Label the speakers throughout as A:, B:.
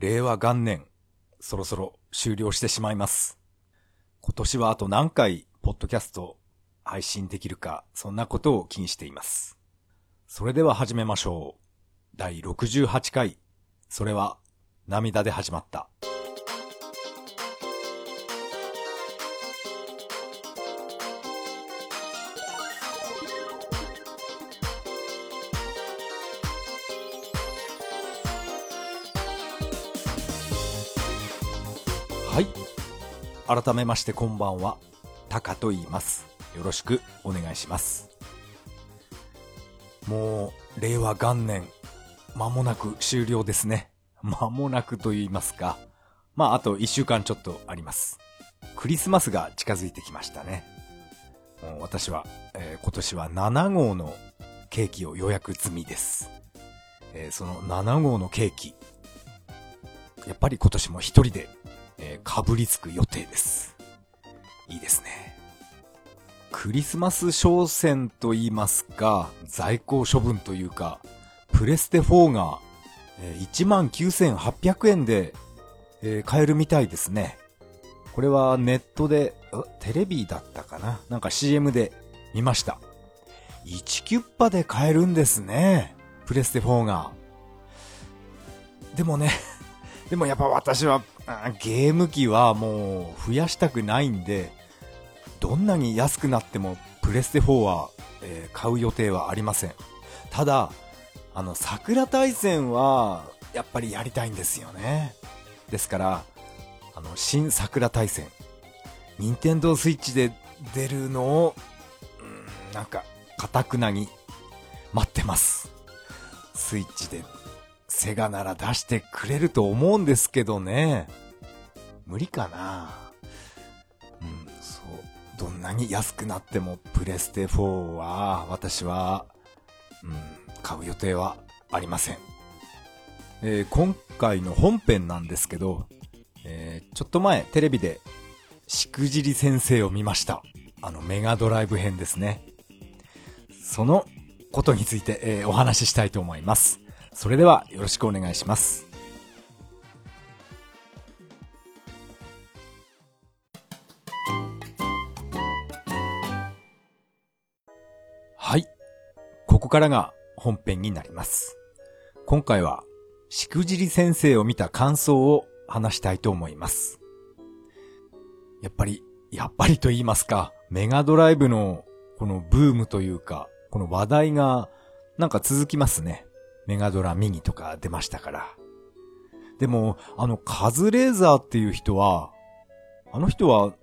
A: 令和元年、そろそろ終了してしまいます。今年はあと何回、ポッドキャスト配信できるか、そんなことを気にしています。それでは始めましょう。第68回、それは涙で始まった。はい。改めましてこんばんは。タカと言います。よろしくお願いします。もう、令和元年、間もなく終了ですね。間もなくと言いますか。あと1週間ちょっとあります。クリスマスが近づいてきましたね。もう私は、今年は7号のケーキを予約済みです。その7号のケーキ、やっぱり今年も一人でかぶりつく予定です。いいですね。クリスマス商戦と言いますか、在庫処分というか、プレステ4が 19,800 円で買えるみたいですね。これはネットで、テレビだったかな、なんか CM で見ました。1キュッパで買えるんですね、プレステ4が。でもやっぱ私はゲーム機はもう増やしたくないんで、どんなに安くなってもプレステ4は、買う予定はありません。ただ桜大戦はやっぱりやりたいんですよね。ですから新桜大戦、任天堂スイッチで出るのをなんか固くなに待ってます。スイッチでセガなら出してくれると思うんですけどね。無理かな。そう。どんなに安くなってもプレステ4は私は、買う予定はありません。今回の本編なんですけど、ちょっと前テレビでしくじり先生を見ました。メガドライブ編ですね。そのことについて、お話ししたいと思います。それではよろしくお願いします。はい。ここからが本編になります。今回はしくじり先生を見た感想を話したいと思います。やっぱりと言いますか、メガドライブのこのブームというか、この話題がなんか続きますね。メガドラミニとか出ましたから。でも、カズレーザーっていう人は、あの人が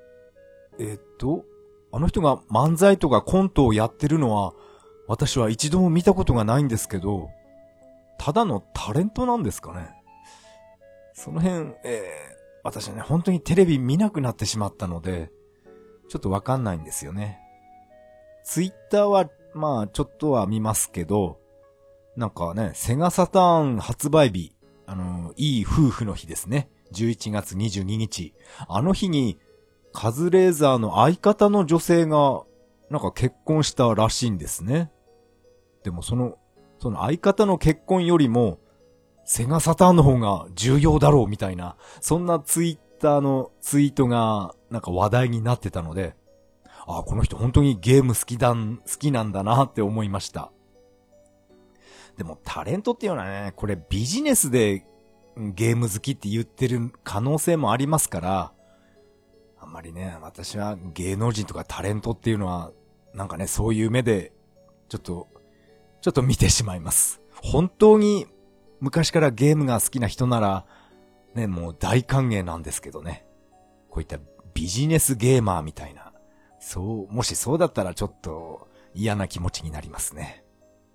A: 漫才とかコントをやってるのは、私は一度も見たことがないんですけど、ただのタレントなんですかね。その辺、私はね、本当にテレビ見なくなってしまったので、ちょっとわかんないんですよね。ツイッターは、ちょっとは見ますけど、なんかね、セガサターン発売日、いい夫婦の日ですね。11月22日。あの日に、カズレーザーの相方の女性が、なんか結婚したらしいんですね。でもその相方の結婚よりも、セガサターンの方が重要だろうみたいな、そんなツイッターのツイートが、なんか話題になってたので、この人本当にゲーム好きなんだなって思いました。でもタレントっていうのはね、これビジネスでゲーム好きって言ってる可能性もありますから、あんまりね、私は芸能人とかタレントっていうのは、なんかね、そういう目で、ちょっと見てしまいます。本当に昔からゲームが好きな人なら、ね、もう大歓迎なんですけどね。こういったビジネスゲーマーみたいな、もしそうだったらちょっと嫌な気持ちになりますね。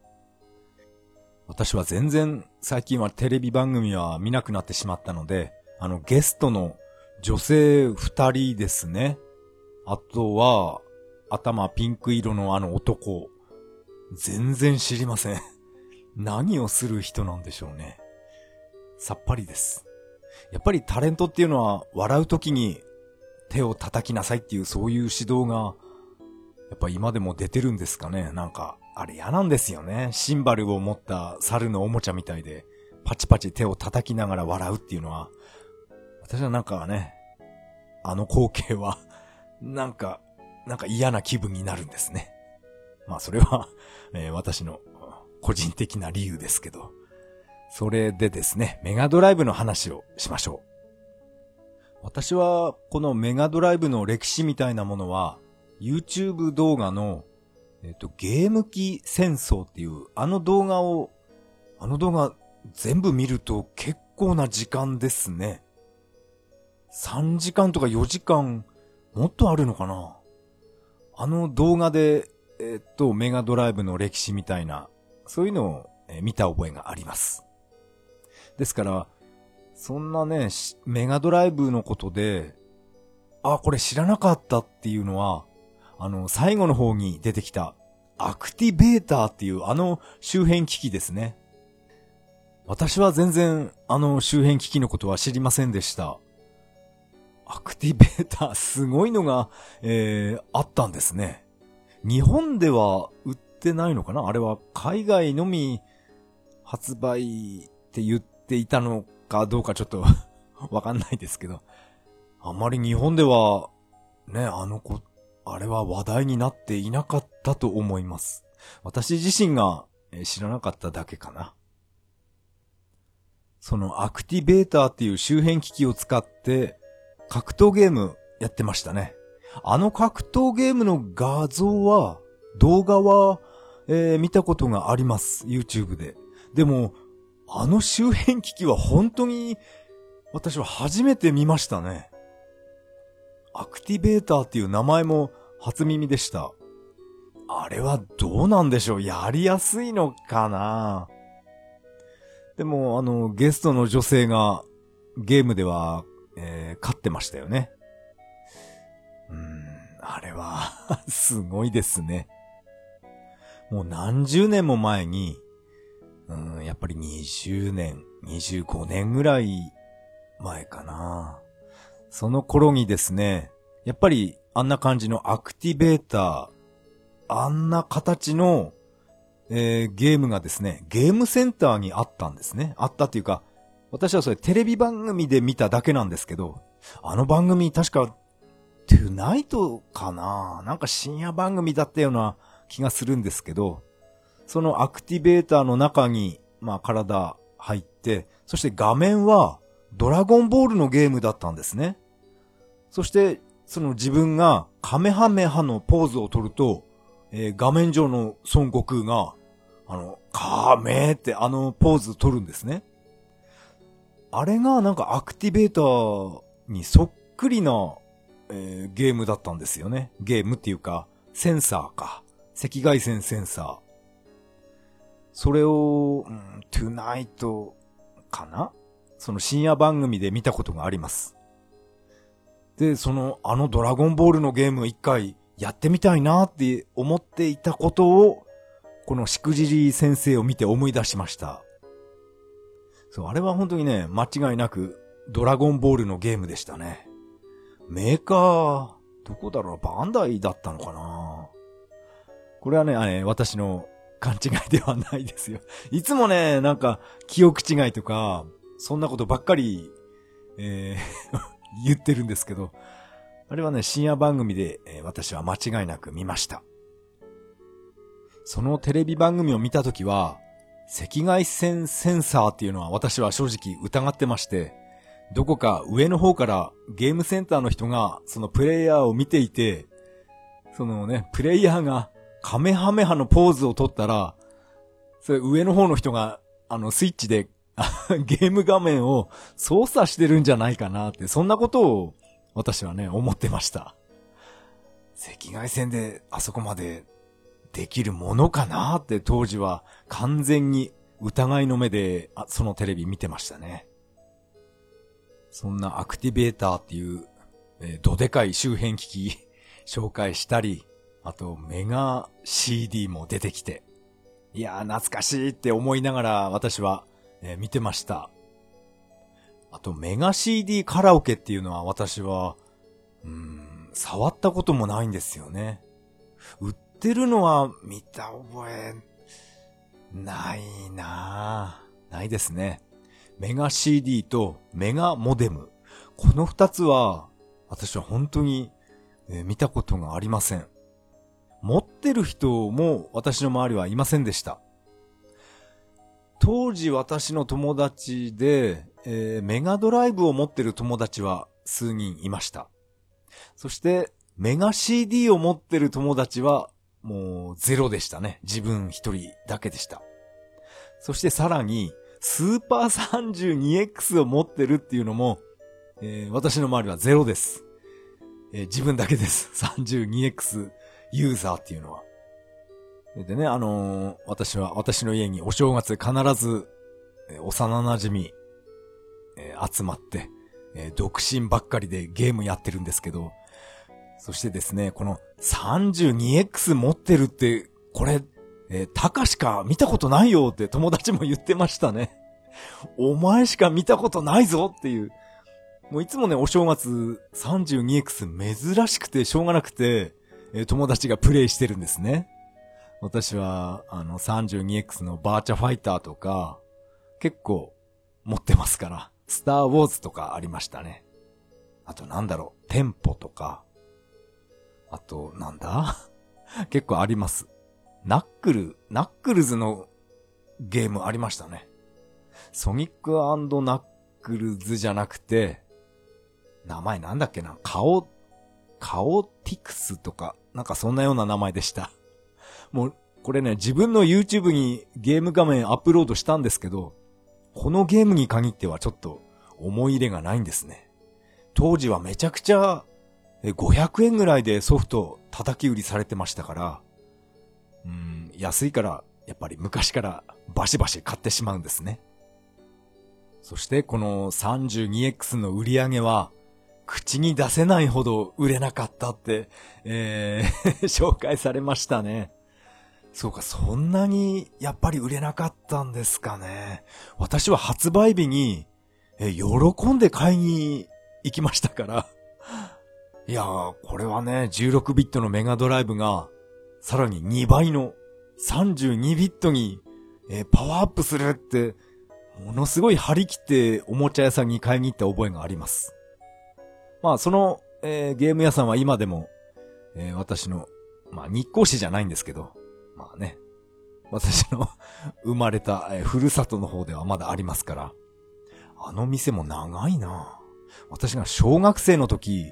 A: 私は全然最近はテレビ番組は見なくなってしまったので、ゲストの女性2人ですね。あとは、頭ピンク色の男。全然知りません。何をする人なんでしょうね。さっぱりです。やっぱりタレントっていうのは、笑うときに手を叩きなさいっていうそういう指導が、やっぱ今でも出てるんですかね。なんか、あれ嫌なんですよね。シンバルを持った猿のおもちゃみたいで、 パチパチ手を叩きながら笑うっていうのは、私はなんかね、あの光景は、なんか嫌な気分になるんですね。まあそれは、私の個人的な理由ですけど。それでですね、メガドライブの話をしましょう。私はこのメガドライブの歴史みたいなものは、YouTube 動画の、ゲーム機戦争っていうあの動画全部見ると結構な時間ですね。3時間とか4時間もっとあるのかな。あの動画で、メガドライブの歴史みたいな、そういうのを、見た覚えがあります。ですから、そんなね、メガドライブのことで、これ知らなかったっていうのは、最後の方に出てきた、アクティベーターっていう周辺機器ですね。私は全然周辺機器のことは知りませんでした。アクティベーターすごいのが、あったんですね。日本では売ってないのかな？あれは海外のみ発売って言っていたのかどうかちょっとわかんないですけど、あまり日本ではね、あれは話題になっていなかったと思います。私自身が知らなかっただけかな。そのアクティベーターっていう周辺機器を使って格闘ゲームやってましたね。格闘ゲームの動画は、見たことがあります。YouTube で。でも、周辺機器は本当に私は初めて見ましたね。アクティベーターっていう名前も初耳でした。あれはどうなんでしょう？やりやすいのかな？でもゲストの女性がゲームでは、勝ってましたよね。あれはすごいですね。もう何十年も前に、やっぱり20年、25年ぐらい前かな。その頃にですね、やっぱりあんな感じのアクティベーター、あんな形の、ゲームがですね、ゲームセンターにあったんですね。あったっていうか、私はそれテレビ番組で見ただけなんですけど、あの番組確か、トゥナイトかな？なんか深夜番組だったような気がするんですけど、そのアクティベーターの中に、体入って、そして画面はドラゴンボールのゲームだったんですね。そして、その自分がカメハメハのポーズを取ると、画面上の孫悟空が、カメーってポーズ取るんですね。あれがなんかアクティベーターにそっくりな、ゲームだったんですよね。ゲームっていうか、センサーか。赤外線センサー。それを、トゥナイトかな？その深夜番組で見たことがあります。で、ドラゴンボールのゲーム一回やってみたいなって思っていたことを、このしくじり先生を見て思い出しました。そう、あれは本当にね、間違いなくドラゴンボールのゲームでしたね。メーカー、どこだろう？バンダイだったのかな？これはね、私の勘違いではないですよ。いつもね、なんか記憶違いとか、そんなことばっかり、言ってるんですけど、あれはね、深夜番組で、私は間違いなく見ました。そのテレビ番組を見たときは、赤外線センサーっていうのは私は正直疑ってまして、どこか上の方からゲームセンターの人がそのプレイヤーを見ていて、そのね、プレイヤーがカメハメハのポーズを取ったら、それ上の方の人がスイッチでゲーム画面を操作してるんじゃないかなって、そんなことを私はね、思ってました。赤外線であそこまでできるものかなって当時は完全に疑いの目でそのテレビ見てましたね。そんなアクティベーターっていう、どでかい周辺機器紹介したり、あとメガ CD も出てきて、いやー懐かしいって思いながら私は、見てました。あとメガ CD カラオケっていうのは私は触ったこともないんですよね。売ってるのは見た覚えないですね。 メガ CD とメガモデム。この2つは、私は本当に、見たことがありません。持ってる人も私の周りはいませんでした。当時私の友達で、メガドライブを持ってる友達は数人いました。そしてメガ CD を持ってる友達はもうゼロでしたね。自分一人だけでした。そしてさらにスーパー 32X を持ってるっていうのも、私の周りはゼロです。自分だけです。32X ユーザーっていうのは。でね、私の家にお正月必ず、幼馴染、集まって、独身ばっかりでゲームやってるんですけど、そしてですね、この 32X 持ってるって、これ、タカしか見たことないよって友達も言ってましたね。お前しか見たことないぞっていう。もういつもね、お正月 32X 珍しくてしょうがなくて、友達がプレイしてるんですね。私は、32X のバーチャファイターとか、結構持ってますから、スターウォーズとかありましたね。あとテンポとか、あと結構あります。ナックルズのゲームありましたね。ソニック&ナックルズじゃなくて、名前なんだっけな、カオティクスとか、そんなような名前でした。もう、これね、自分の YouTube にゲーム画面アップロードしたんですけど、このゲームに限ってはちょっと思い入れがないんですね。当時はめちゃくちゃ500円ぐらいでソフト叩き売りされてましたから、安いからやっぱり昔からバシバシ買ってしまうんですね。そしてこの 32X の売り上げは口に出せないほど売れなかったって、紹介されましたね。そうか、そんなにやっぱり売れなかったんですかね。私は発売日に喜んで買いに行きましたから。いやー、これはね、16ビットのメガドライブがさらに2倍の32ビットにパワーアップするって、ものすごい張り切っておもちゃ屋さんに買いに行った覚えがあります。まあその、ゲーム屋さんは今でも、私の、日光市じゃないんですけど、まあね、私の生まれた、ふるさとの方ではまだありますから、あの店も長いな。私が小学生の時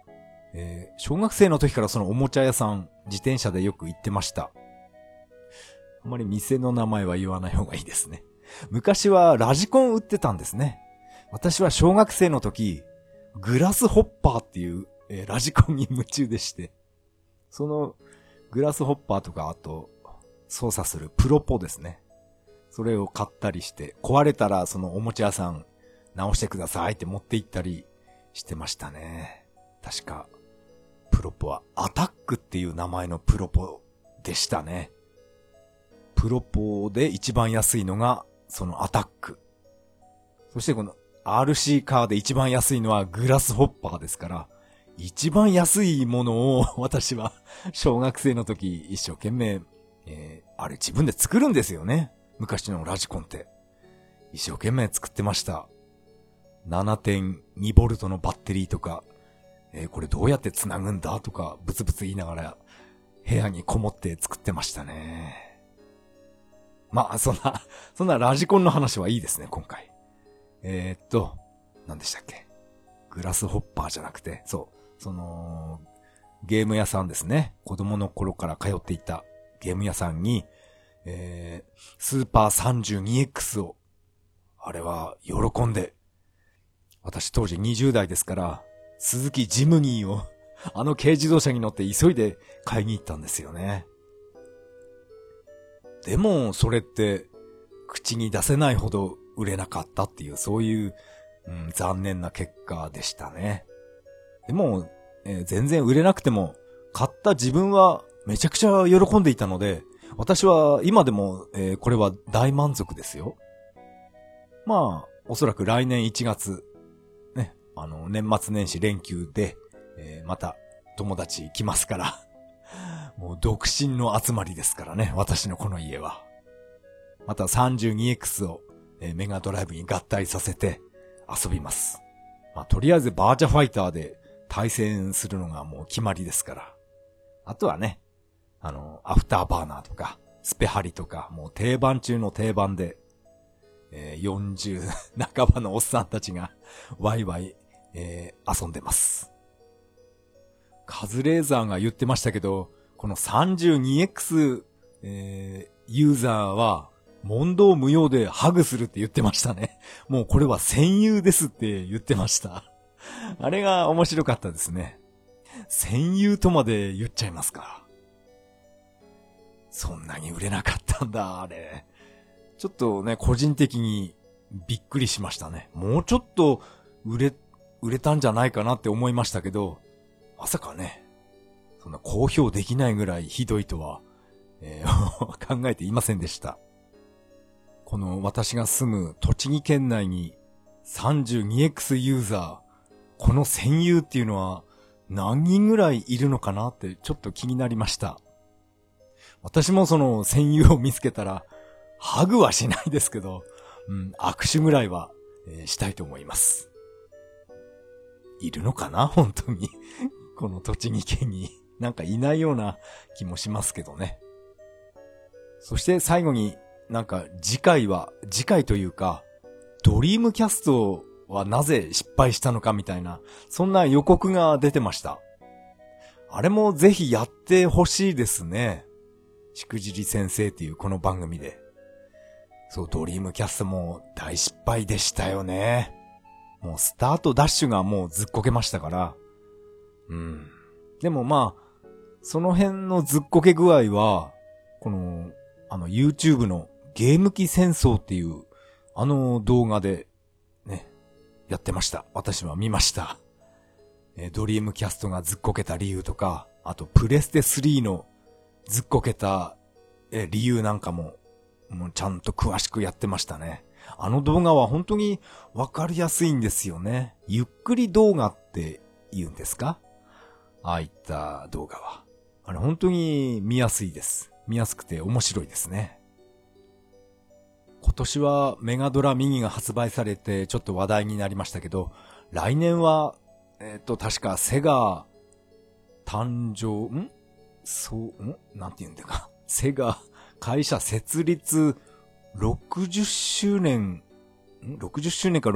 A: からそのおもちゃ屋さん、自転車でよく行ってました。あんまり店の名前は言わない方がいいですね。昔はラジコン売ってたんですね。私は小学生の時、グラスホッパーっていう、ラジコンに夢中でして、そのグラスホッパーとかあと操作するプロポですね。それを買ったりして、壊れたらそのおもちゃ屋さん直してくださいって持って行ったりしてましたね。確かプロポはアタックっていう名前のプロポでしたね。プロポで一番安いのがそのアタック。そしてこの RC カーで一番安いのはグラスホッパーですから、一番安いものを私は小学生の時一生懸命、あれ自分で作るんですよね。昔のラジコンって。一生懸命作ってました。7.2 ボルトのバッテリーとか、これどうやって繋ぐんだとかブツブツ言いながら部屋にこもって作ってましたね。まあそんなラジコンの話はいいですね、今回。何でしたっけ？グラスホッパーじゃなくて、そのゲーム屋さんですね。子供の頃から通っていたゲーム屋さんに、スーパー 32X を、あれは喜んで、私当時20代ですから、鈴木ジムニーをあの軽自動車に乗って急いで買いに行ったんですよね。でもそれって口に出せないほど売れなかったっていう、そういう、残念な結果でしたね。でも、全然売れなくても買った自分はめちゃくちゃ喜んでいたので、私は今でも、これは大満足ですよ。まあおそらく来年1月ね、年末年始連休で、また友達来ますからもう独身の集まりですからね、私のこの家は。また 32X を、 メガドライブに合体させて遊びます。とりあえずバーチャファイターで対戦するのがもう決まりですから。あとはね、アフターバーナーとか、スペハリとか、もう定番中の定番で、40半ばのおっさんたちがワイワイ、遊んでます。カズレーザーが言ってましたけど、この 32X、ユーザーは問答無用でハグするって言ってましたね。もうこれは戦友ですって言ってました。あれが面白かったですね。戦友とまで言っちゃいますか。そんなに売れなかったんだ、あれ。ちょっとね、個人的にびっくりしましたね。もうちょっと売れたんじゃないかなって思いましたけど、まさかね、そんな公表できないぐらいひどいとは、考えていませんでした。この私が住む栃木県内に 32X ユーザー、この戦友っていうのは何人ぐらいいるのかなってちょっと気になりました。私もその戦友を見つけたら、ハグはしないですけど、握手ぐらいは、したいと思います。いるのかな本当に。この栃木県になんかいないような気もしますけどね。そして最後になんか次回というか、ドリームキャストはなぜ失敗したのかみたいな、そんな予告が出てました。あれもぜひやってほしいですね。しくじり先生っていうこの番組で。そう、ドリームキャストも大失敗でしたよね。もうスタートダッシュがもうずっこけましたから。でもその辺のずっこけ具合は、この、YouTube のゲーム機戦争っていう、動画で、ね、やってました。私は見ました。ドリームキャストがずっこけた理由とか、あとプレステ3のずっこけた、理由なんかもうちゃんと詳しくやってましたね。あの動画は本当にわかりやすいんですよね。ゆっくり動画って言うんですか？ああいった動画は。あれ本当に見やすいです。見やすくて面白いですね。今年はメガドラミニが発売されてちょっと話題になりましたけど、来年は、確かセガ誕生、なんて言うんだか。セガ会社設立60周年、60周年か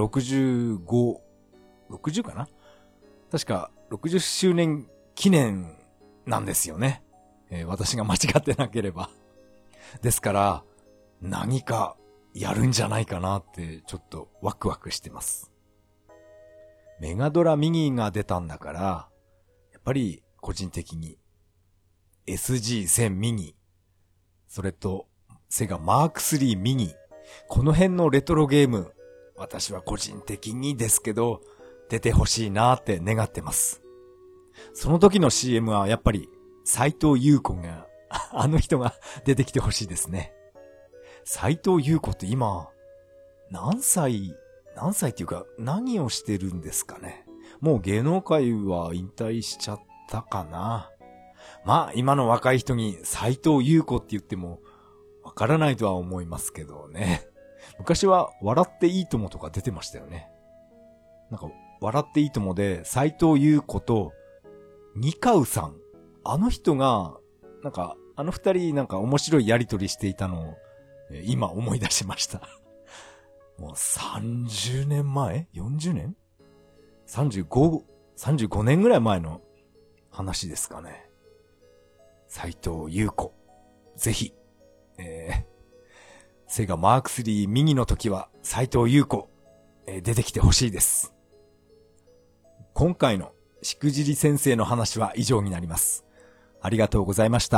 A: 65、60かな？確か60周年記念なんですよね。私が間違ってなければ。ですから、何かやるんじゃないかなってちょっとワクワクしてます。メガドラミニが出たんだから、やっぱり個人的に SG-1000 ミニ、それとセガマーク3ミニ、この辺のレトロゲーム、私は個人的にですけど、出てほしいなって願ってます。その時の CM はやっぱり斉藤優子が、あの人が出てきてほしいですね。斉藤優子って今、何歳っていうか何をしてるんですかね。もう芸能界は引退しちゃったかな。今の若い人に斉藤優子って言ってもわからないとは思いますけどね。昔は笑っていいともとか出てましたよね。なんか笑っていいともで斉藤優子とニカウさん、あの人がなんかあの二人なんか面白いやりとりしていたのを今思い出しました。もう30年前 ?40 年 ?35 年ぐらい前の話ですかね。斉藤優子。ぜひ、セガマーク3ミニの時は斉藤優子、出てきてほしいです。今回のしくじり先生の話は以上になります。ありがとうございました。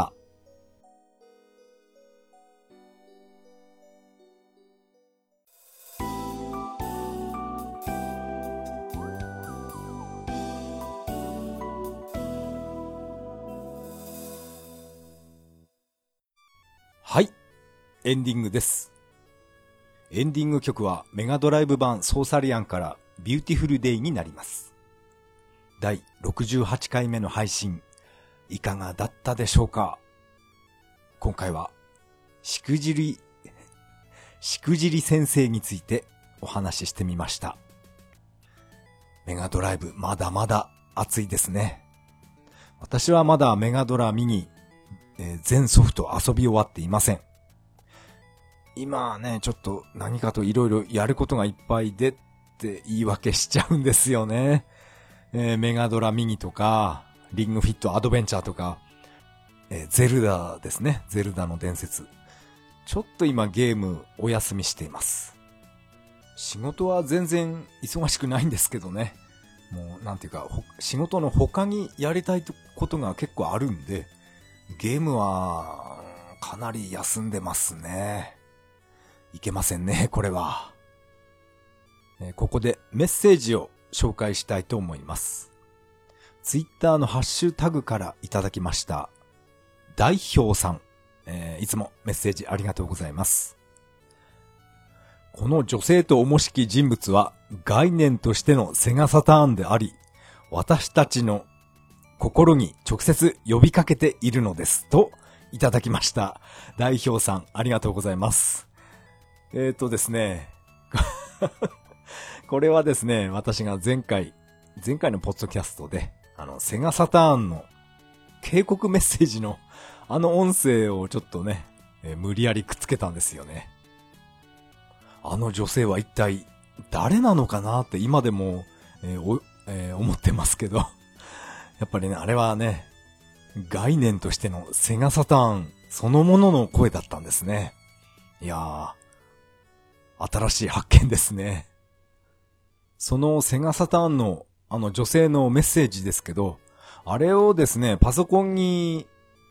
A: はい、エンディングです。エンディング曲はメガドライブ版ソーサリアンからビューティフルデイになります。第68回目の配信、いかがだったでしょうか？今回は、しくじりしくじり先生についてお話ししてみました。メガドライブまだまだ熱いですね。私はまだメガドラミニ、全ソフト遊び終わっていません。今ね、ちょっと何かといろいろやることがいっぱいでって言い訳しちゃうんですよね。メガドラミニとか、リングフィットアドベンチャーとか、ゼルダですね。ゼルダの伝説。ちょっと今ゲームお休みしています。仕事は全然忙しくないんですけどね。もうなんていうか、仕事の他にやりたいことが結構あるんで、ゲームはかなり休んでますね。いけませんね、これは。ここでメッセージを紹介したいと思います。ツイッターのハッシュタグからいただきました。代表さん、いつもメッセージありがとうございます。この女性と重しき人物は概念としてのセガサターンであり、私たちの心に直接呼びかけているのですといただきました。代表さんありがとうございます。ですねこれはですね、私が前回のポッドキャストでセガサターンの警告メッセージの音声をちょっとね、無理やりくっつけたんですよね。あの女性は一体誰なのかなって今でも、思ってますけどやっぱりね、あれはね、概念としてのセガサターンそのものの声だったんですね。いやー、新しい発見ですね。そのセガサターンの女性のメッセージですけど、あれをですね、パソコンに、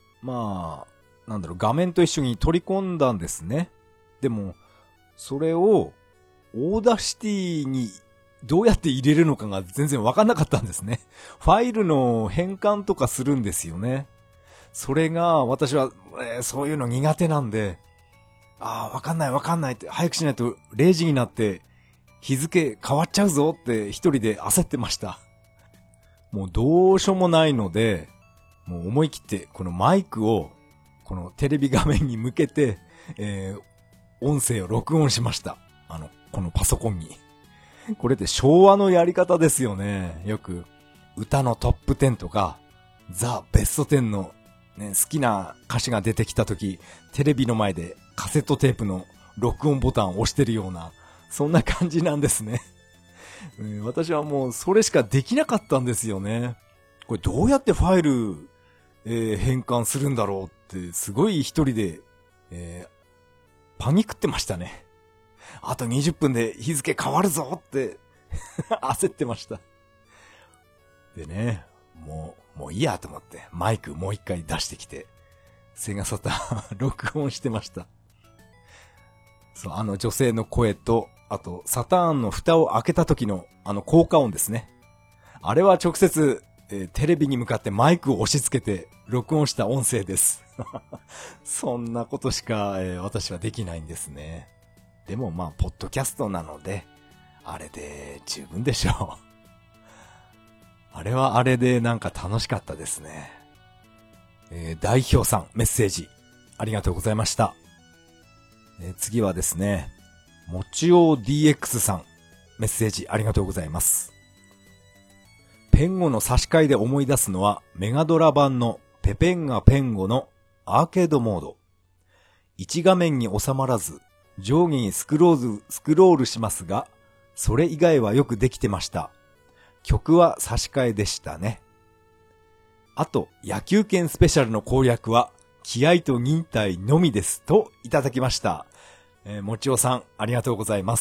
A: 画面と一緒に取り込んだんですね。でも、それを、オーダーシティにどうやって入れるのかが全然わかんなかったんですね。ファイルの変換とかするんですよね。それが、私は、そういうの苦手なんで、わかんないって、早くしないと0時になって、日付変わっちゃうぞって一人で焦ってました。もうどうしようもないので、もう思い切ってこのマイクをこのテレビ画面に向けて、音声を録音しました。このパソコンに。これって昭和のやり方ですよね。よく歌のトップ10とかザ・ベスト10の、ね、好きな歌詞が出てきたとき、テレビの前でカセットテープの録音ボタンを押してるような、そんな感じなんですね。私はもうそれしかできなかったんですよね。これどうやってファイル、変換するんだろうってすごい一人で、パニクってましたね。あと20分で日付変わるぞって焦ってました。でね、もういいやと思ってマイクもう一回出してきてセガサターン録音してました。そう、女性の声と、あと、サターンの蓋を開けた時の、効果音ですね。あれは直接、テレビに向かってマイクを押し付けて、録音した音声です。そんなことしか、私はできないんですね。でもポッドキャストなので、あれで十分でしょう。あれはあれでなんか楽しかったですね。代表さん、メッセージ、ありがとうございました。次はですね、もちお DX さん、メッセージありがとうございます。ペンゴの差し替えで思い出すのはメガドラ版のペペンガペンゴのアーケードモード。1画面に収まらず上下にスクロールしますが、それ以外はよくできてました。曲は差し替えでしたね。あと、野球拳スペシャルの攻略は気合と忍耐のみですといただきました。もちおさん、ありがとうございます。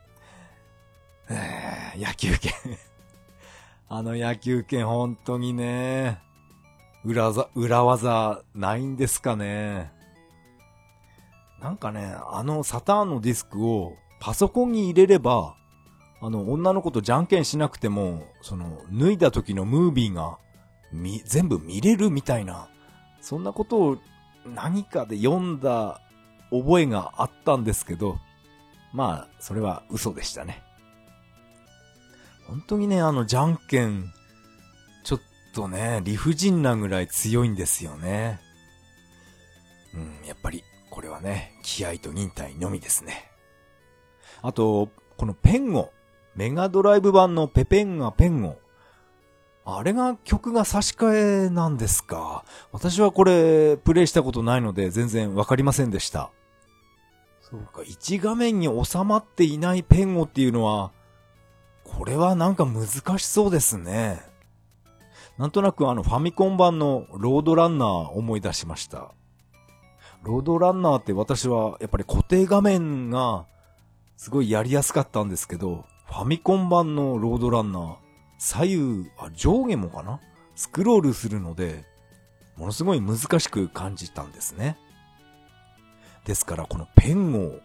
A: 野球拳。野球拳本当にね、裏技ないんですかね。なんかね、サターンのディスクをパソコンに入れれば、女の子とじゃんけんしなくても、脱いだ時のムービーが、全部見れるみたいな、そんなことを何かで読んだ覚えがあったんですけど、それは嘘でしたね。本当にね、じゃんけん、ちょっとね、理不尽なぐらい強いんですよね。やっぱり、 これはね、気合と忍耐のみですね。あと、このペンゴ、メガドライブ版のペペンガペンゴ。あれが曲が差し替えなんですか。私はこれ、プレイしたことないので全然わかりませんでした。そうか、1画面に収まっていないペンゴっていうのは、これはなんか難しそうですね。なんとなくファミコン版のロードランナー思い出しました。ロードランナーって私はやっぱり固定画面がすごいやりやすかったんですけど、ファミコン版のロードランナー、左右、上下もかな？スクロールするので、ものすごい難しく感じたんですね。ですからこのペンゴ、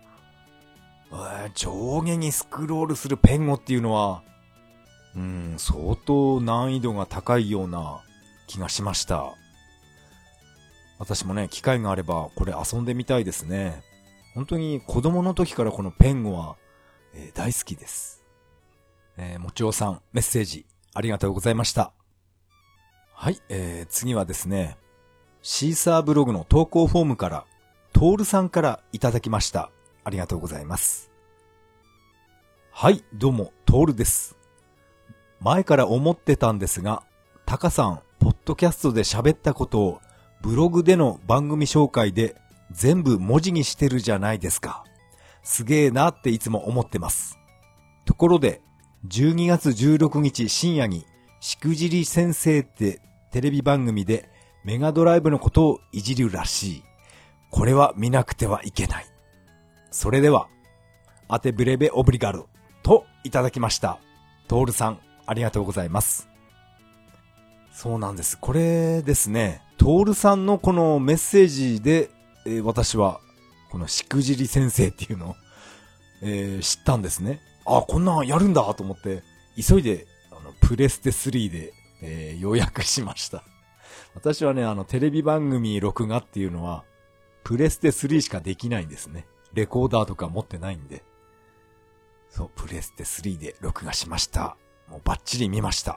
A: 上下にスクロールするペンゴっていうのは、相当難易度が高いような気がしました。私もね、機会があればこれ遊んでみたいですね。本当に子供の時からこのペンゴは、大好きです。もちおさん、メッセージありがとうございました。はい、次はですね、シーサーブログの投稿フォームから、トールさんからいただきました。ありがとうございます。はい、どうも、トールです。前から思ってたんですが、タカさん、ポッドキャストで喋ったことを、ブログでの番組紹介で全部文字にしてるじゃないですか。すげーなっていつも思ってます。ところで、12月16日深夜に、しくじり先生ってテレビ番組でメガドライブのことをいじるらしい。これは見なくてはいけない。それでは、アテブレベオブリガルといただきました。トールさん、ありがとうございます。そうなんです。これですね、トールさんのこのメッセージで、私はこのしくじり先生っていうのを、知ったんですね。あ、こんなんやるんだと思って、急いでプレステ3で、予約しました。私はね、テレビ番組録画っていうのは、プレステ3しかできないんですね。レコーダーとか持ってないんで。そう、プレステ3で録画しました。もうバッチリ見ました。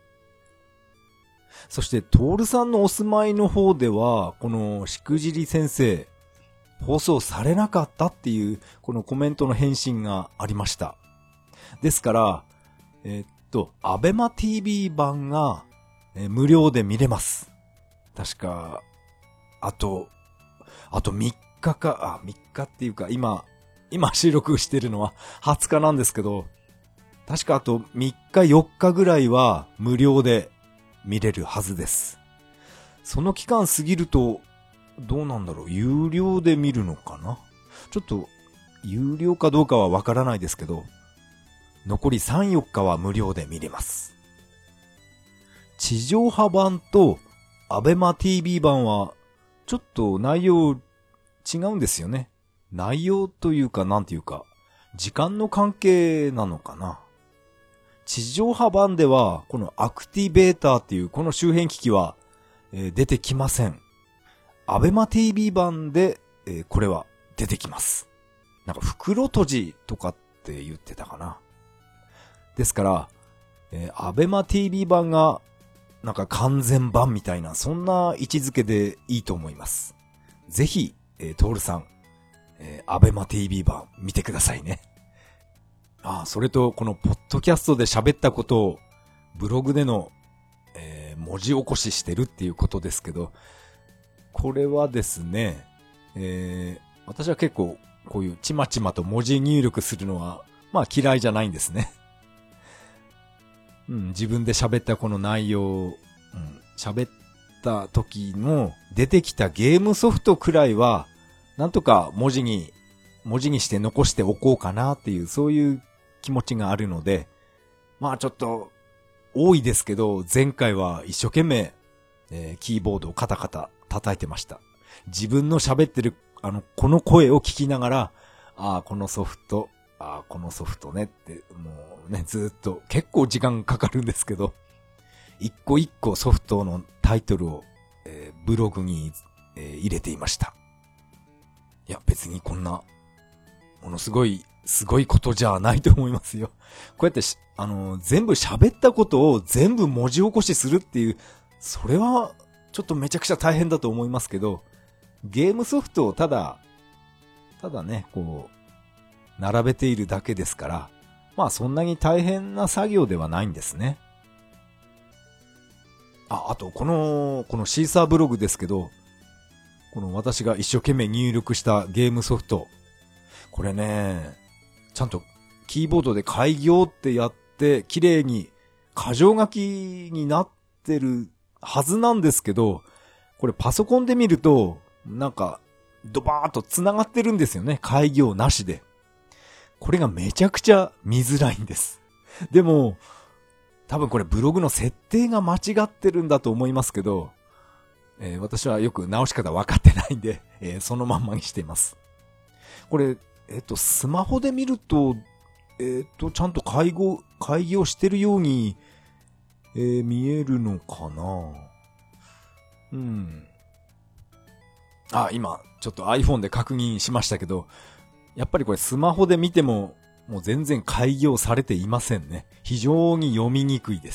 A: そして、トールさんのお住まいの方では、このしくじり先生、放送されなかったっていう、このコメントの返信がありました。ですから、アベマ TV 版が、無料で見れます。確か、あと3日か、3日っていうか、今収録してるのは20日なんですけど、確かあと3日4日ぐらいは無料で見れるはずです。その期間過ぎると、どうなんだろう、有料で見るのかな？ちょっと、有料かどうかはわからないですけど、残り3、4日は無料で見れます。地上波版とアベマ TV 版は、ちょっと内容違うんですよね。内容というかなんていうか、時間の関係なのかな。地上波版では、このアクティベーターっていうこの周辺機器は、出てきません。アベマ TV 版で、これは出てきます。なんか袋閉じとかって言ってたかな。ですから、アベマ TV 版がなんか完全版みたいな、そんな位置づけでいいと思います。ぜひ、トールさん、アベマ TV 版見てくださいね。それとこのポッドキャストで喋ったことをブログでの、文字起こししてるっていうことですけど、これはですね、私は結構こういうちまちまと文字入力するのはまあ嫌いじゃないんですね。自分で喋ったこの内容、喋った時の出てきたゲームソフトくらいはなんとか文字にして残しておこうかなっていう、そういう気持ちがあるので、まあちょっと多いですけど、前回は一生懸命、キーボードをカタカタ叩いてました。自分の喋ってるこの声を聞きながら、このソフトねって、もうね、ずっと結構時間かかるんですけど、一個一個ソフトのタイトルを、ブログに、入れていました。いや、別にこんな、ものすごいことじゃないと思いますよ。こうやって全部喋ったことを全部文字起こしするっていう、それはちょっとめちゃくちゃ大変だと思いますけど、ゲームソフトをただただね、こう、並べているだけですから、まあそんなに大変な作業ではないんですね。あとこのシーサーブログですけど、この私が一生懸命入力したゲームソフト、これね、ちゃんとキーボードで開業ってやって、綺麗に箇条書きになってるはずなんですけど、これパソコンで見ると、なんか、ドバーっと繋がってるんですよね。開業なしで。これがめちゃくちゃ見づらいんです。でも、多分これブログの設定が間違ってるんだと思いますけど、私はよく直し方分かってないんで、そのまんまにしています。これ、スマホで見ると、ちゃんと開業してるように、見えるのかな？うん。今、ちょっと iPhone で確認しましたけど、やっぱりこれスマホで見ても、もう全然開業されていませんね。非常に読みにくいです。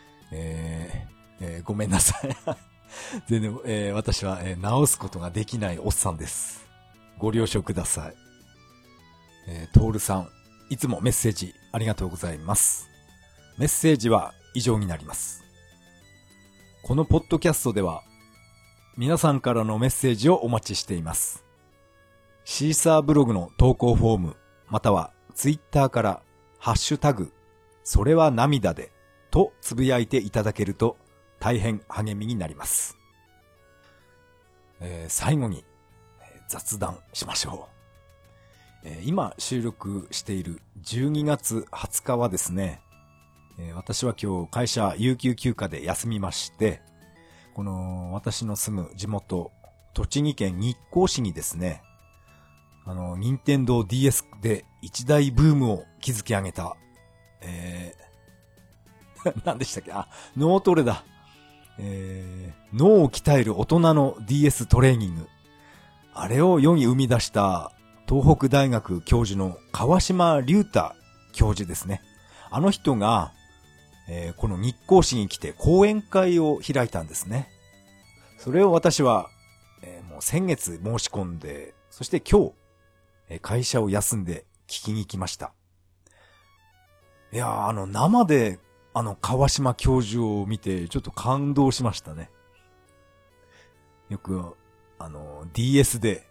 A: ごめんなさい。全然、私は、直すことができないおっさんです。ご了承ください。トールさん、いつもメッセージありがとうございます。メッセージは以上になります。このポッドキャストでは、皆さんからのメッセージをお待ちしています。シーサーブログの投稿フォーム、またはツイッターからハッシュタグ、それは涙でとつぶやいていただけると大変励みになります。最後に雑談しましょう。今収録している12月20日はですね、私は今日会社有給休暇で休みまして、この私の住む地元、栃木県日光市にですね、任天堂 DS で一大ブームを築き上げた、何でしたっけ？脳トレだ。脳を鍛える大人の DS トレーニング。あれを世に生み出した東北大学教授の川島隆太教授ですね。あの人が、この日光市に来て講演会を開いたんですね。それを私は、もう先月申し込んで、そして今日、会社を休んで聞きに来ました。いやー、生で川島教授を見てちょっと感動しましたね。よく、DS で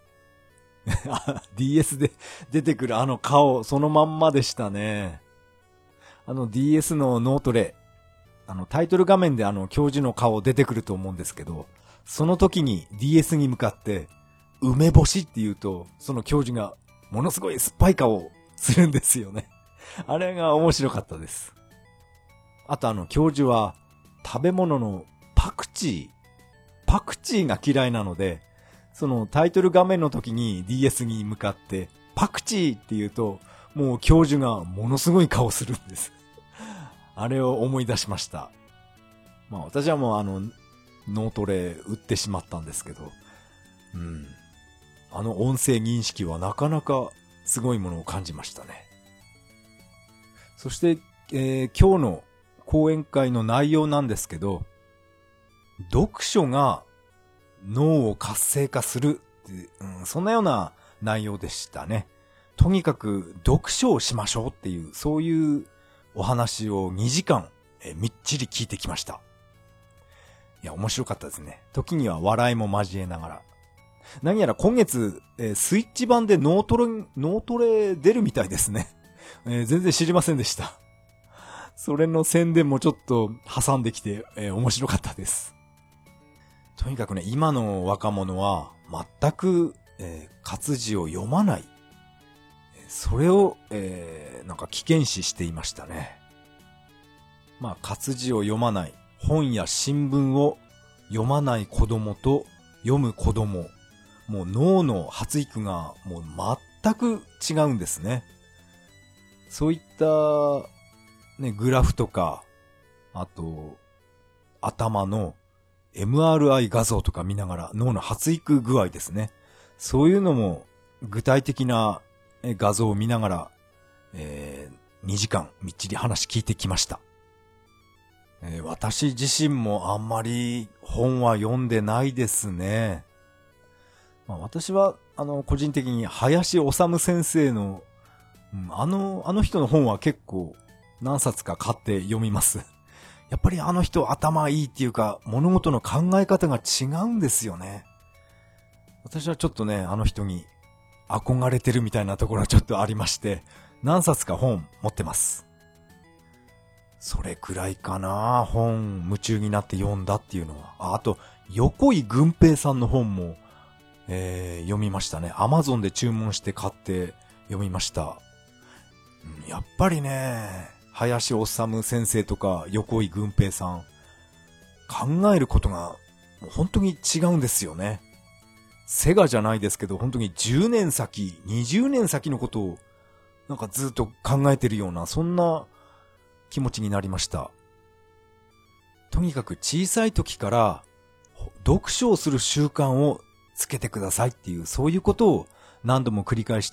A: DS で出てくる顔、そのまんまでしたね。DS の脳トレ、タイトル画面で教授の顔出てくると思うんですけど、その時に DS に向かって、梅干しって言うと、その教授がものすごい酸っぱい顔をするんですよね。あれが面白かったです。あと教授は食べ物のパクチーが嫌いなので、そのタイトル画面の時に DS に向かってパクチーって言うと、もう教授がものすごい顔するんです。あれを思い出しました。まあ私はもう脳トレ打ってしまったんですけど、音声認識はなかなかすごいものを感じましたね。そして、今日の講演会の内容なんですけど、読書が脳を活性化するって、そんなような内容でしたね。とにかく読書をしましょうっていう、そういうお話を2時間、みっちり聞いてきました。いや、面白かったですね。時には笑いも交えながら。何やら今月、スイッチ版で脳トレ出るみたいですね。全然知りませんでした。それの宣伝もちょっと挟んできて、面白かったです。とにかくね、今の若者は全く、活字を読まない。それを、なんか危険視していましたね。まあ、活字を読まない。本や新聞を読まない子供と読む子供。もう脳の発育がもう全く違うんですね。そういった、ね、グラフとか、あと、頭の MRI 画像とか見ながら脳の発育具合ですね。そういうのも具体的な画像を見ながら、2時間みっちり話聞いてきました。私自身もあんまり本は読んでないですね。 私は、個人的に林修先生の、あの人の本は結構何冊か買って読みます。やっぱりあの人頭いいっていうか、物事の考え方が違うんですよね。私はちょっとね、あの人に憧れてるみたいなところはちょっとありまして、何冊か本持ってます。それくらいかな、本夢中になって読んだっていうのは。あと、横井軍平さんの本も、読みましたね。Amazon で注文して買って読みました。やっぱりね、林修先生とか横井軍平さん、考えることが本当に違うんですよね。セガじゃないですけど、本当に10年先、20年先のことをなんかずっと考えてるような、そんな気持ちになりました。とにかく小さい時から読書をする習慣をつけてくださいっていう、そういうことを何度も繰り返して、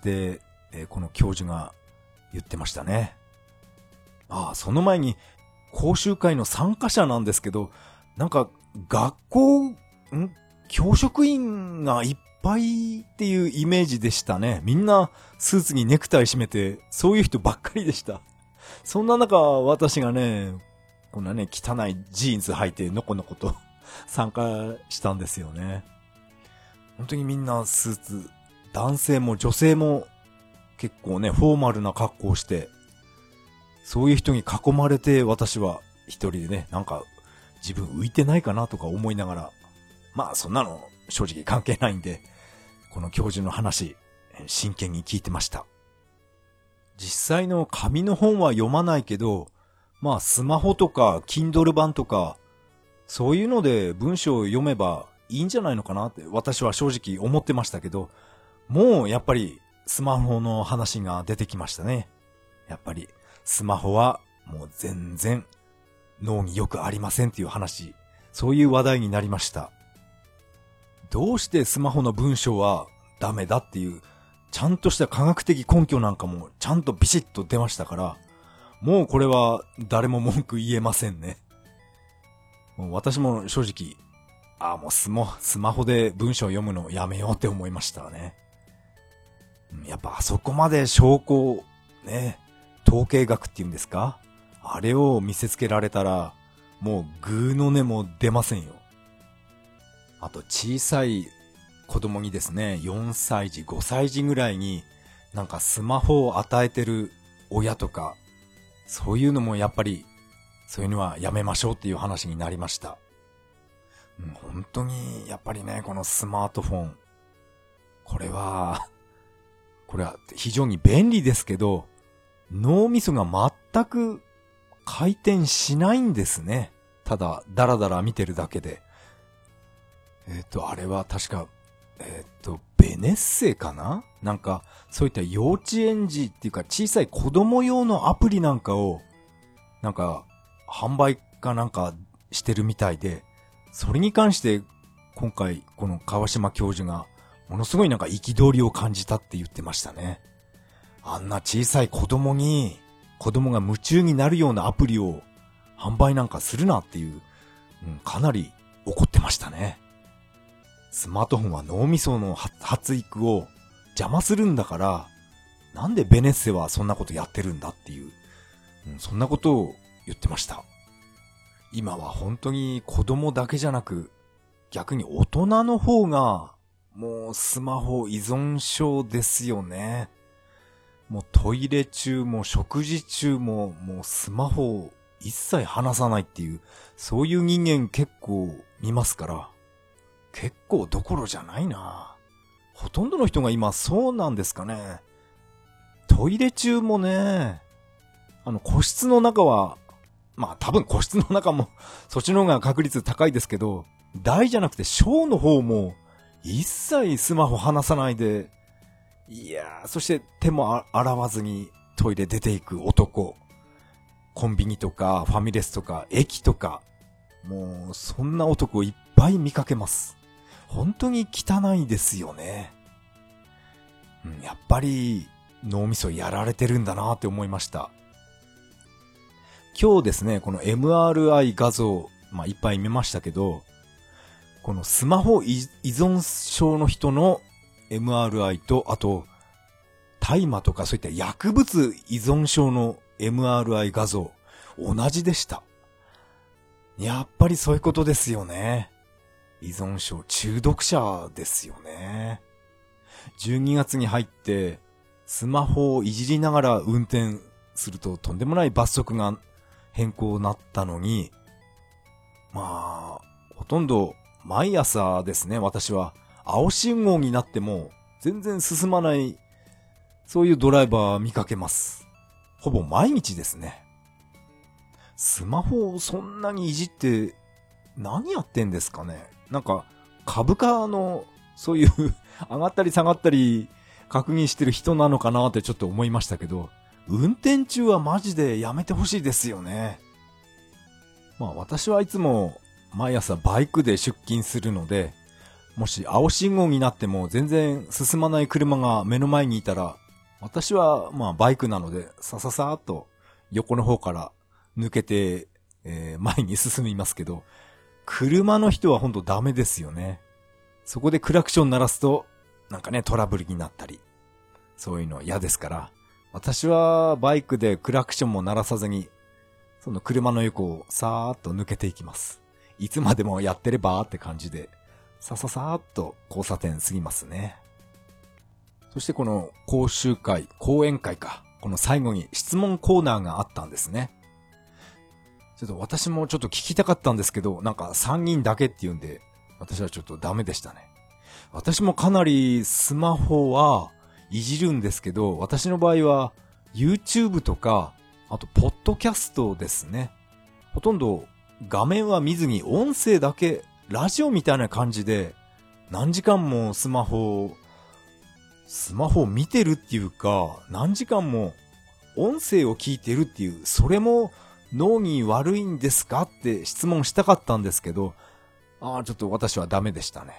A: この教授が言ってましたね。その前に講習会の参加者なんですけど、なんか学校、教職員がいっぱいっていうイメージでしたね。みんなスーツにネクタイ締めて、そういう人ばっかりでした。そんな中、私がね、こんなね、汚いジーンズ履いてのこのこと参加したんですよね。本当にみんなスーツ、男性も女性も結構ね、フォーマルな格好をして、そういう人に囲まれて私は一人でね、なんか自分浮いてないかなとか思いながら、そんなの正直関係ないんで、この教授の話、真剣に聞いてました。実際の紙の本は読まないけど、スマホとか Kindle 版とか、そういうので文章を読めばいいんじゃないのかなって私は正直思ってましたけど、もうやっぱりスマホの話が出てきましたね。やっぱりスマホはもう全然脳によくありませんっていう話、そういう話題になりました。どうしてスマホの文章はダメだっていう、ちゃんとした科学的根拠なんかもちゃんとビシッと出ましたから、もうこれは誰も文句言えませんね。もう私も正直、もうスマホで文章を読むのをやめようって思いましたね。やっぱあそこまで証拠、ね、統計学っていうんですか？あれを見せつけられたら、もうグーの音も出ませんよ。あと小さい子供にですね、4歳児、5歳児ぐらいになんかスマホを与えてる親とか、そういうのもやっぱり、そういうのはやめましょうっていう話になりました。本当にやっぱりね、このスマートフォン、これは非常に便利ですけど、脳みそが全く回転しないんですね。ただ、だらだら見てるだけで。あれは確か、ベネッセかな？なんか、そういった幼稚園児っていうか小さい子供用のアプリなんかを、なんか、販売かなんかしてるみたいで、それに関して今回この川島教授がものすごいなんか憤りを感じたって言ってましたね。あんな小さい子供が夢中になるようなアプリを販売なんかするなっていう、かなり怒ってましたね。スマートフォンは脳みその発育を邪魔するんだから、なんでベネッセはそんなことやってるんだっていう、そんなことを言ってました。今は本当に子供だけじゃなく、逆に大人の方がもうスマホ依存症ですよね。もうトイレ中も食事中ももうスマホを一切離さないっていう、そういう人間結構見ますから、結構どころじゃないな。ほとんどの人が今そうなんですかね。トイレ中もね、個室の中は、多分個室の中もそっちの方が確率高いですけど、大じゃなくて小の方も一切スマホ離さないで、そして手も洗わずにトイレ出ていく男。コンビニとかファミレスとか駅とか、もうそんな男いっぱい見かけます。本当に汚いですよね。やっぱり脳みそやられてるんだなって思いました。今日ですね、この MRI 画像、いっぱい見ましたけど、 このスマホ依存症の人の MRI と、あと、大麻とかそういった薬物依存症の MRI 画像、同じでした。やっぱりそういうことですよね。依存症、中毒者ですよね。12月に入って、スマホをいじりながら運転するととんでもない罰則が変更になったのに、まあ、ほとんど毎朝ですね、私は青信号になっても全然進まない、そういうドライバー見かけます。ほぼ毎日ですね。スマホをそんなにいじって何やってんですかね。なんか株価のそういう上がったり下がったり確認してる人なのかなってちょっと思いましたけど、運転中はマジでやめてほしいですよね。まあ私はいつも毎朝バイクで出勤するので、もし青信号になっても全然進まない車が目の前にいたら、私はまあバイクなのでさささーっと横の方から抜けて、前に進みますけど、車の人はほんとダメですよね。そこでクラクション鳴らすとなんかねトラブルになったり、そういうの嫌ですから、私はバイクでクラクションも鳴らさずにその車の横をさーっと抜けていきます。いつまでもやってればって感じでさささーっと交差点過ぎますね。そしてこの講演会か、この最後に質問コーナーがあったんですね。ちょっと私もちょっと聞きたかったんですけど、なんか3人だけっていうんで、私はちょっとダメでしたね。私もかなりスマホはいじるんですけど、私の場合は YouTube とか、あとポッドキャストですね。ほとんど画面は見ずに音声だけ、ラジオみたいな感じで何時間もスマホを見てるっていうか、何時間も音声を聞いてるっていう、それも脳に悪いんですかって質問したかったんですけど、ちょっと私はダメでしたね。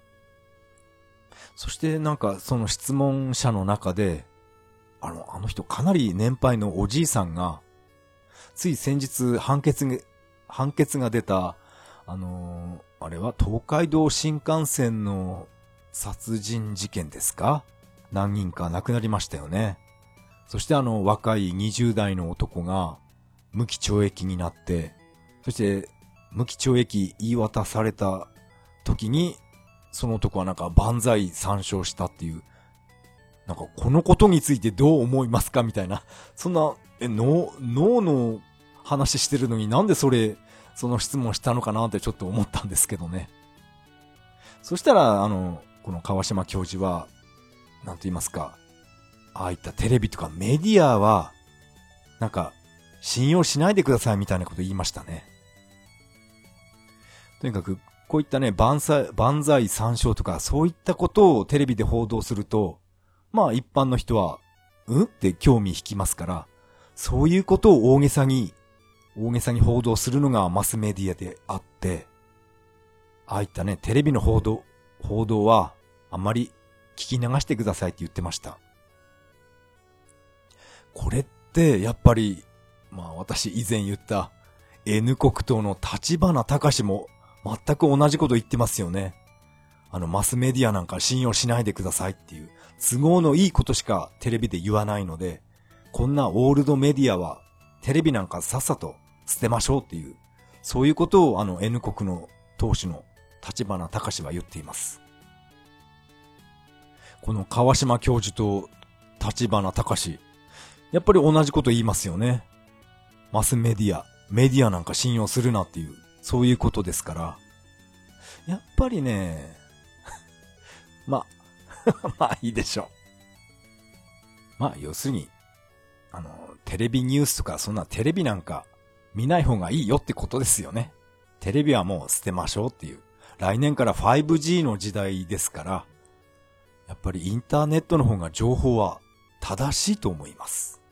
A: そしてなんかその質問者の中で、あの人かなり年配のおじいさんが、つい先日判決が出た、あれは東海道新幹線の殺人事件ですか？何人か亡くなりましたよね。そして若い20代の男が無期懲役になって、そして無期懲役言い渡された時に、その男はなんか万歳参照したっていう、なんかこのことについてどう思いますかみたいな、そんな脳の話してるのになんでその質問したのかなってちょっと思ったんですけどね。そしたらこの川島教授はなんと言いますか、ああいったテレビとかメディアはなんか信用しないでくださいみたいなこと言いましたね。とにかくこういったね万歳参照とかそういったことをテレビで報道すると、まあ一般の人はって興味引きますから、そういうことを大げさに報道するのがマスメディアであって、ああいったねテレビの報道はあんまり聞き流してくださいって言ってました。これってやっぱりまあ私以前言った N 国党の立花隆も全く同じこと言ってますよね。マスメディアなんか信用しないでくださいっていう都合のいいことしかテレビで言わないので、こんなオールドメディアはテレビなんかさっさと捨てましょうっていう、そういうことをN 国の党首の立花隆は言っています。この川島教授と立花隆、やっぱり同じこと言いますよね。マスメディアなんか信用するなっていう、そういうことですから。やっぱりね、まあいいでしょう。まあ要するに、テレビニュースとかそんなテレビなんか見ない方がいいよってことですよね。テレビはもう捨てましょうっていう。来年から 5G の時代ですから、やっぱりインターネットの方が情報は正しいと思います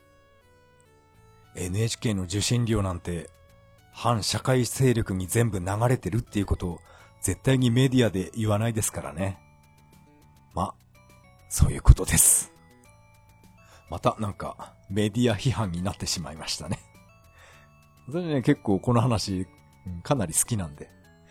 A: 。NHK の受信料なんて反社会勢力に全部流れてるっていうことを絶対にメディアで言わないですからね。まあ、そういうことです。またなんかメディア批判になってしまいましたね。それね、結構この話かなり好きなんで。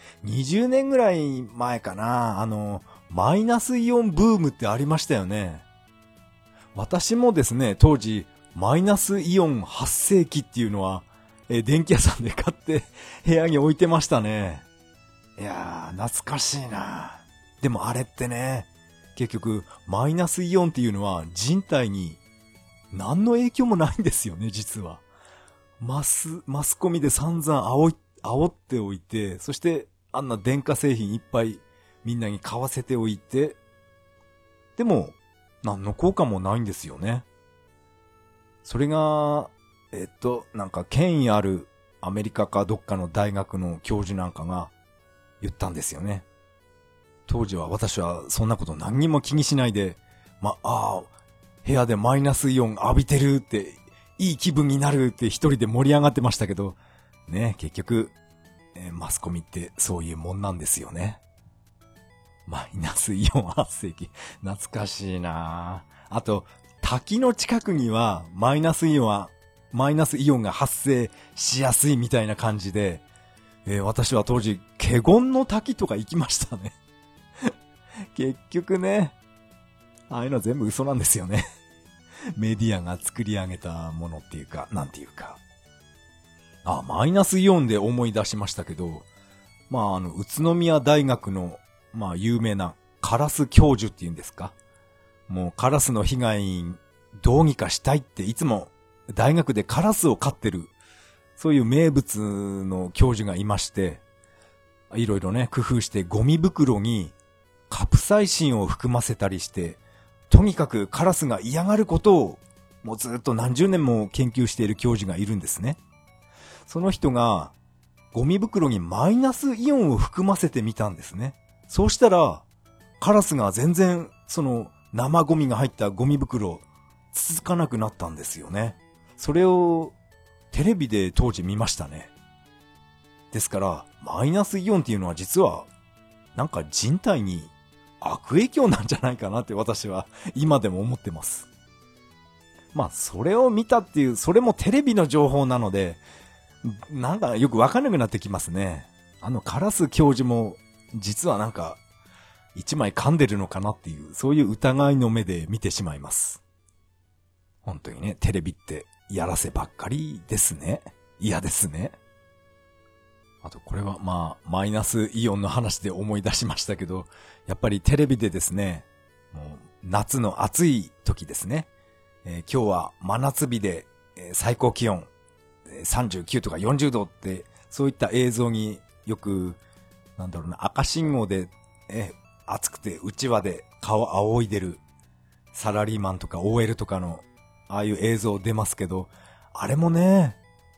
A: 20年ぐらい前かな、マイナスイオンブームってありましたよね。私もですね、当時、マイナスイオン発生器っていうのは、電気屋さんで買って部屋に置いてましたね。いやー、懐かしいな。でもあれってね、結局、マイナスイオンっていうのは人体に何の影響もないんですよね、実は。マスコミで散々煽っておいて、そしてあんな電化製品いっぱいみんなに買わせておいて、でも何の効果もないんですよね。それが、なんか権威あるアメリカかどっかの大学の教授なんかが言ったんですよね。当時は私はそんなこと何にも気にしないで、部屋でマイナスイオン浴びてるって、いい気分になるって一人で盛り上がってましたけど、ね、結局、マスコミってそういうもんなんですよね。マイナスイオン発生器。懐かしいなあと、滝の近くにはマイナスイオンが発生しやすいみたいな感じで、私は当時、華厳の滝とか行きましたね。結局ね、ああいうの全部嘘なんですよね。メディアが作り上げたものっていうか、なんていうか。マイナスイオンで思い出しましたけど、宇都宮大学の、有名なカラス教授っていうんですか。もうカラスの被害どうにかしたいっていつも大学でカラスを飼ってる、そういう名物の教授がいまして、いろいろね、工夫してゴミ袋にカプサイシンを含ませたりして、とにかくカラスが嫌がることをもうずっと何十年も研究している教授がいるんですね。その人がゴミ袋にマイナスイオンを含ませてみたんですね。そうしたらカラスが全然その生ゴミが入ったゴミ袋をつつかなくなったんですよね。それをテレビで当時見ましたね。ですからマイナスイオンっていうのは実はなんか人体に悪影響なんじゃないかなって私は今でも思ってます。それを見たっていう、それもテレビの情報なので、なんかよくわかんなくなってきますね。カラス教授も実はなんか一枚噛んでるのかなっていう、そういう疑いの目で見てしまいます。本当にね、テレビってやらせばっかりですね。嫌ですね。あとこれはマイナスイオンの話で思い出しましたけど、やっぱりテレビでですね、もう夏の暑い時ですね、今日は真夏日で、最高気温、39とか40度って、そういった映像によく、赤信号で、暑くて内輪で顔仰いでるサラリーマンとか OL とかの、ああいう映像出ますけど、あれもね、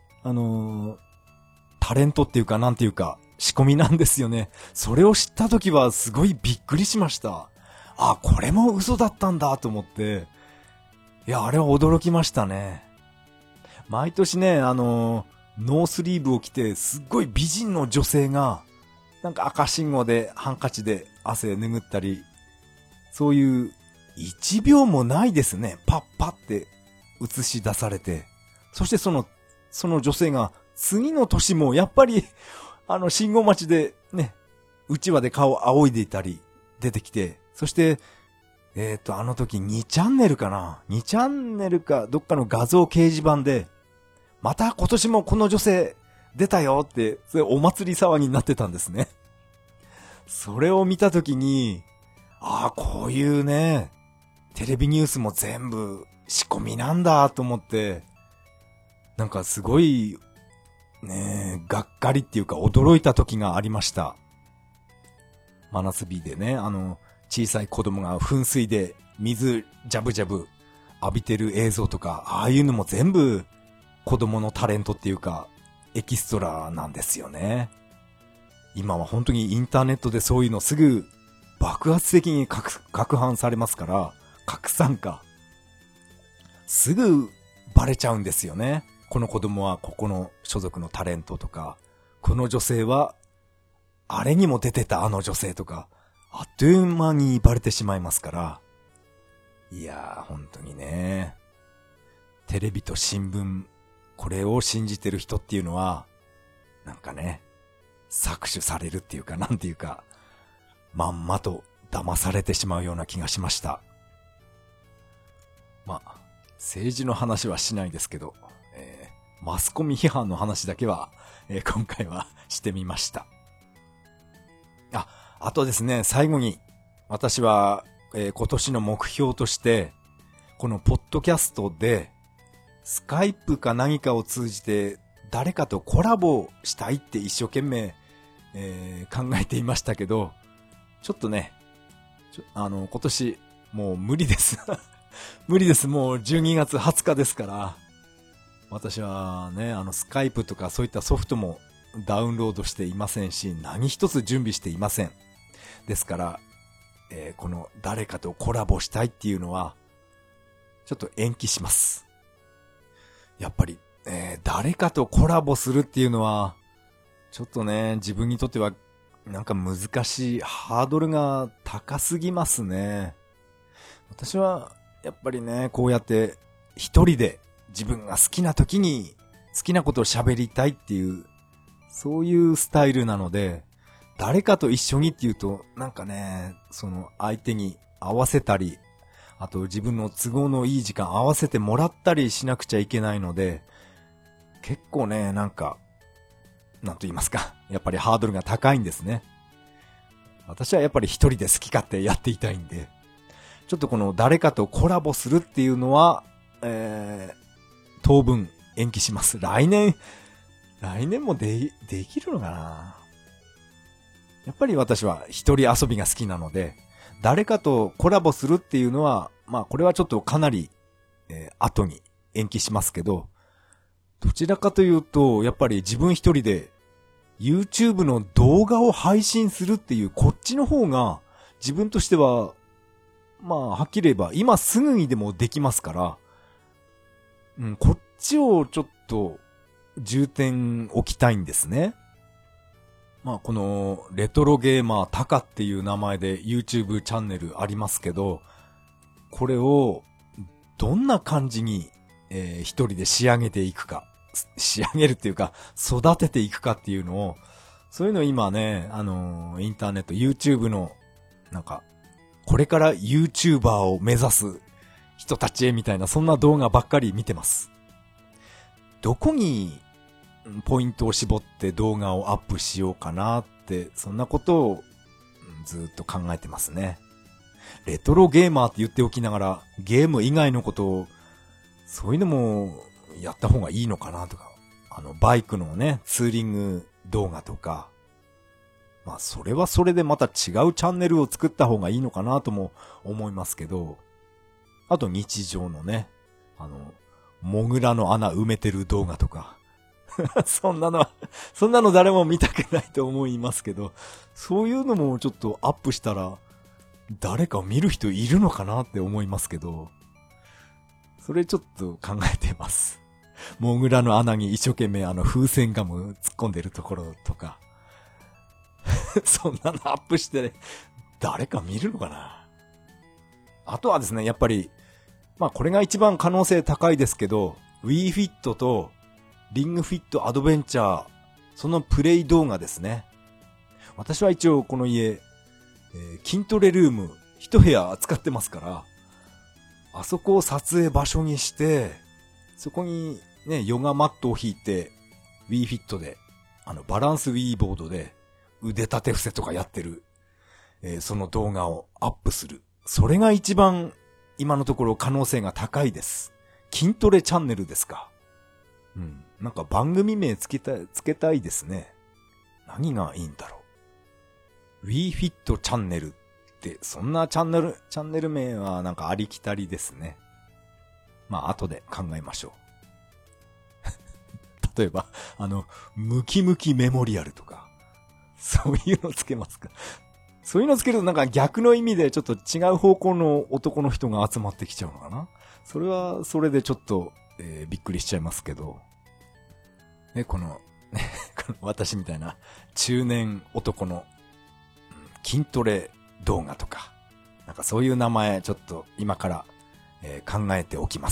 A: タレントっていうかなんていうか仕込みなんですよね。それを知った時はすごいびっくりしました。これも嘘だったんだと思って、いや、あれは驚きましたね。毎年ね、ノースリーブを着てすっごい美人の女性がなんか赤信号でハンカチで汗拭ったり、そういう1秒もないですね。パッパって映し出されて、そしてその女性が次の年もやっぱり信号待ちでね、内輪で顔仰いでいたり出てきて、そしてあの時2チャンネルかな ?2 チャンネルかどっかの画像掲示板で、また今年もこの女性出たよって、それお祭り騒ぎになってたんですね。それを見た時に、こういうね、テレビニュースも全部仕込みなんだと思って、なんかすごい、ね、がっかりっていうか驚いた時がありました。真夏日でね、小さい子供が噴水で水ジャブジャブ浴びてる映像とか、ああいうのも全部子供のタレントっていうかエキストラなんですよね。今は本当にインターネットでそういうのすぐ爆発的に拡散されますから、拡散か。すぐバレちゃうんですよね。この子供はここの所属のタレントとか、この女性はあれにも出てたあの女性とか、あっという間にバレてしまいますから。いやー、本当にね。テレビと新聞、これを信じてる人っていうのは、なんかね、 搾取されるっていうか、なんていうか、まんまと騙されてしまうような気がしました。まあ、政治の話はしないですけど、マスコミ批判の話だけは、今回はしてみました。あとですね、最後に、私は、今年の目標として、このポッドキャストで、スカイプか何かを通じて、誰かとコラボしたいって一生懸命、考えていましたけど、ちょっとね、今年、もう無理です。無理です。もう12月20日ですから、私はね、スカイプとかそういったソフトもダウンロードしていませんし、何一つ準備していません。ですから、この誰かとコラボしたいっていうのは、ちょっと延期します。やっぱり、誰かとコラボするっていうのは、ちょっとね、自分にとっては、なんか難しい、ハードルが高すぎますね。私は、やっぱりね、こうやって一人で自分が好きな時に好きなことを喋りたいっていう、そういうスタイルなので、誰かと一緒にっていうと、なんかね、その相手に合わせたり、あと自分の都合のいい時間合わせてもらったりしなくちゃいけないので、結構ね、なんか、なんと言いますか、やっぱりハードルが高いんですね。私はやっぱり一人で好き勝手やっていたいんで、ちょっとこの誰かとコラボするっていうのは、当分延期します。来年もできるのかな。やっぱり私は一人遊びが好きなので、誰かとコラボするっていうのは、まあこれはちょっとかなり、後に延期しますけど、どちらかというと、やっぱり自分一人で YouTube の動画を配信するっていうこっちの方が自分としては、まあはっきり言えば今すぐにでもできますから、こっちをちょっと重点置きたいんですね。まあこのレトロゲーマータカっていう名前で YouTube チャンネルありますけど、これをどんな感じに、一人で仕上げていくか、仕上げるっていうか育てていくかっていうのを、そういうのを今ね、インターネット YouTube のなんかこれから YouTuber を目指す人たちへみたいな、そんな動画ばっかり見てます。どこにポイントを絞って動画をアップしようかなって、そんなことをずっと考えてますね。レトロゲーマーって言っておきながら、ゲーム以外のことを、そういうのもやった方がいいのかなとか、バイクのね、ツーリング動画とか、まあそれはそれでまた違うチャンネルを作った方がいいのかなとも思いますけど、あと日常のね、モグラの穴埋めてる動画とか、そんなの誰も見たくないと思いますけど、そういうのもちょっとアップしたら、誰か見る人いるのかなって思いますけど、それちょっと考えてます。モグラの穴に一生懸命風船ガム突っ込んでるところとか、そんなのアップして、誰か見るのかな。あとはですね、やっぱり、まあこれが一番可能性高いですけど、Wii Fit とリングフィットアドベンチャー、そのプレイ動画ですね。私は一応この家、筋トレルーム一部屋使ってますから、あそこを撮影場所にして、そこにね、ヨガマットを引いて、Wii Fit で、バランス Wii ボードで腕立て伏せとかやってる、その動画をアップする。それが一番今のところ可能性が高いです。筋トレチャンネルですか。なんか番組名つけたいですね。何がいいんだろう。Wii Fit チャンネルって、そんなチャンネル名はなんかありきたりですね。まあ後で考えましょう。例えば、ムキムキメモリアルとか、そういうのつけますか。そういうのつけるとなんか逆の意味でちょっと違う方向の男の人が集まってきちゃうのかな。それはそれでちょっと、びっくりしちゃいますけど。この私みたいな中年男の、筋トレ動画とか、なんかそういう名前ちょっと今から、考えておきます。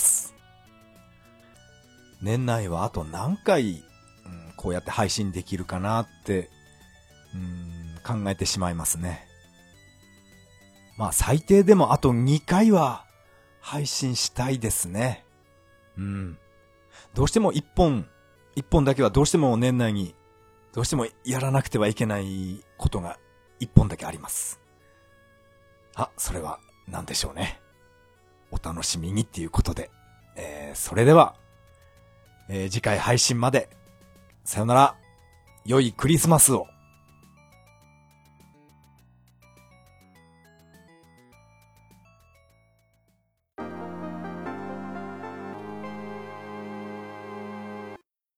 A: 年内はあと何回、こうやって配信できるかなって考えてしまいますね。まあ最低でもあと2回は配信したいですね。どうしても1本だけはどうしても年内にどうしてもやらなくてはいけないことが1本だけあります。それは何でしょうね。お楽しみにっていうことで。それでは、次回配信まで。さよなら。良いクリスマスを。